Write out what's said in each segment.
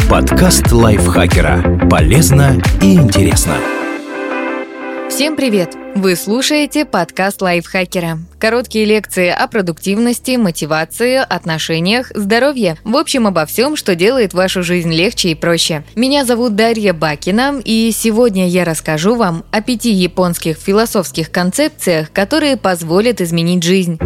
Подкаст лайфхакера. Полезно и интересно. Всем привет! Вы слушаете подкаст лайфхакера. Короткие лекции о продуктивности, мотивации, отношениях, здоровье. В общем, обо всем, что делает вашу жизнь легче и проще. Меня зовут Дарья Бакина, и сегодня я расскажу вам о 5 японских философских концепциях, которые позволят изменить жизнь.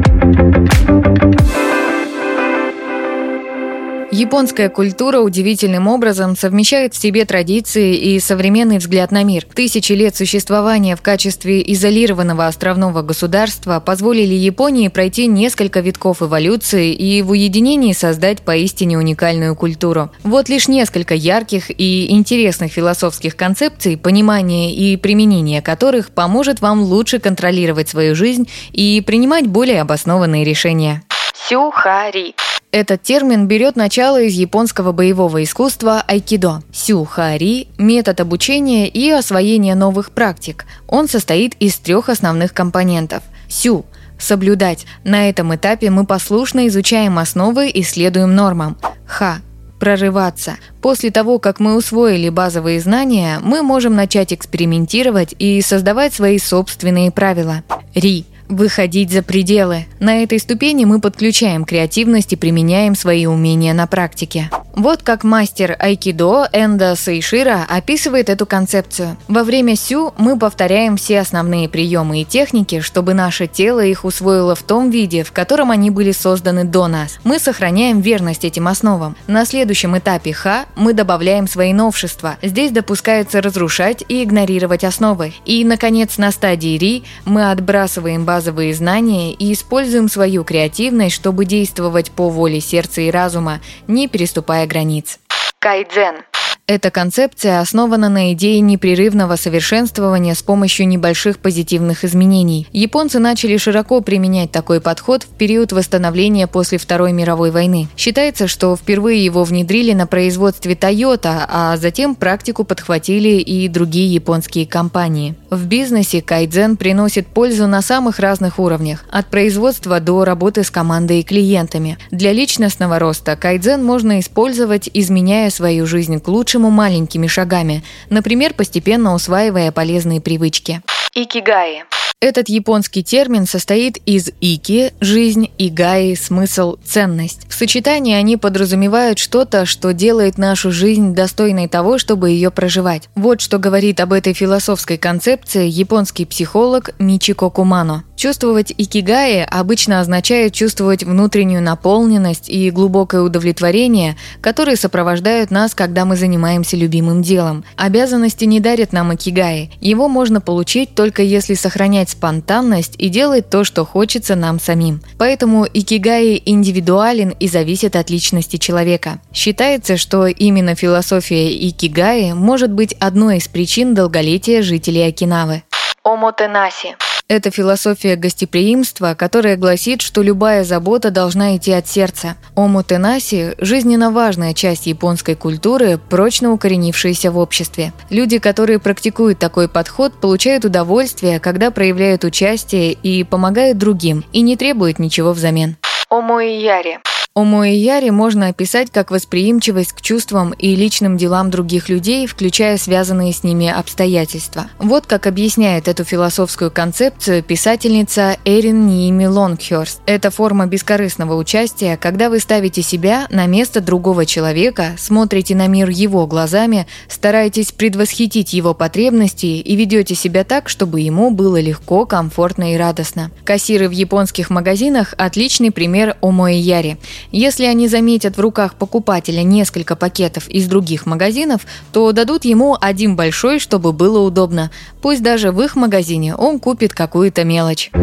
Японская культура удивительным образом совмещает в себе традиции и современный взгляд на мир. Тысячи лет существования в качестве изолированного островного государства позволили Японии пройти несколько витков эволюции и в уединении создать поистине уникальную культуру. Вот лишь несколько ярких и интересных философских концепций, понимание и применение которых поможет вам лучше контролировать свою жизнь и принимать более обоснованные решения. Сю-ха-ри. Этот термин берет начало из японского боевого искусства айкидо. Сю-ха-ри – метод обучения и освоения новых практик. Он состоит из 3 основных компонентов. Сю – соблюдать. На этом этапе мы послушно изучаем основы и следуем нормам. Ха – прорываться. После того, как мы усвоили базовые знания, мы можем начать экспериментировать и создавать свои собственные правила. Ри – выходить за пределы. На этой ступени мы подключаем креативность и применяем свои умения на практике. Вот как мастер айкидо Эндо Сейширо описывает эту концепцию. Во время сю мы повторяем все основные приемы и техники, чтобы наше тело их усвоило в том виде, в котором они были созданы до нас. Мы сохраняем верность этим основам. На следующем этапе ха мы добавляем свои новшества. Здесь допускается разрушать и игнорировать основы. И, наконец, на стадии ри мы отбрасываем базовые знания и используем свою креативность, чтобы действовать по воле сердца и разума, не переступая границ. Кайдзен. Эта концепция основана на идее непрерывного совершенствования с помощью небольших позитивных изменений. Японцы начали широко применять такой подход в период восстановления после Второй мировой войны. Считается, что впервые его внедрили на производстве Toyota, а затем практику подхватили и другие японские компании. В бизнесе кайдзен приносит пользу на самых разных уровнях, от производства до работы с командой и клиентами. Для личностного роста кайдзен можно использовать, изменяя свою жизнь к лучшему маленькими шагами, например, постепенно усваивая полезные привычки. Икигаи. Этот японский термин состоит из ики – жизнь, и гаи – смысл, ценность. В сочетании они подразумевают что-то, что делает нашу жизнь достойной того, чтобы ее проживать. Вот что говорит об этой философской концепции японский психолог Мичико Кумано. Чувствовать икигаи обычно означает чувствовать внутреннюю наполненность и глубокое удовлетворение, которые сопровождают нас, когда мы занимаемся любимым делом. Обязанности не дарят нам икигаи. Его можно получить только если сохранять спонтанность и делать то, что хочется нам самим. Поэтому икигаи индивидуален и зависит от личности человека. Считается, что именно философия икигаи может быть одной из причин долголетия жителей Окинавы. Омотенаси. Это философия гостеприимства, которая гласит, что любая забота должна идти от сердца. Омотенаси – жизненно важная часть японской культуры, прочно укоренившаяся в обществе. Люди, которые практикуют такой подход, получают удовольствие, когда проявляют участие и помогают другим, и не требуют ничего взамен. Омоияри. Омоияри можно описать как восприимчивость к чувствам и личным делам других людей, включая связанные с ними обстоятельства. Вот как объясняет эту философскую концепцию писательница Эрин Ниими Лонгхёрст. Это форма бескорыстного участия, когда вы ставите себя на место другого человека, смотрите на мир его глазами, стараетесь предвосхитить его потребности и ведете себя так, чтобы ему было легко, комфортно и радостно. Кассиры в японских магазинах – отличный пример омоияри. Если они заметят в руках покупателя несколько пакетов из других магазинов, то дадут ему один большой, чтобы было удобно. Пусть даже в их магазине он купит какую-то мелочь.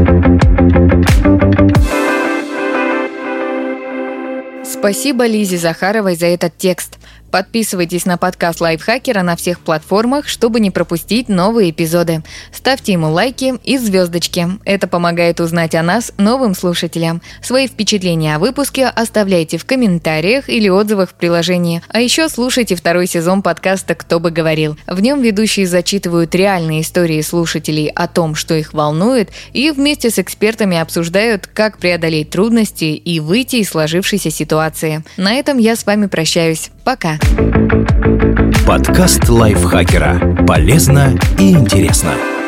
Спасибо Лизе Захаровой за этот текст. Подписывайтесь на подкаст Лайфхакера на всех платформах, чтобы не пропустить новые эпизоды. Ставьте ему лайки и звездочки. Это помогает узнать о нас новым слушателям. Свои впечатления о выпуске оставляйте в комментариях или отзывах в приложении. А еще слушайте 2 сезон подкаста «Кто бы говорил». В нем ведущие зачитывают реальные истории слушателей о том, что их волнует, и вместе с экспертами обсуждают, как преодолеть трудности и выйти из сложившейся ситуации. На этом я с вами прощаюсь. Пока! Подкаст лайфхакера. Полезно и интересно.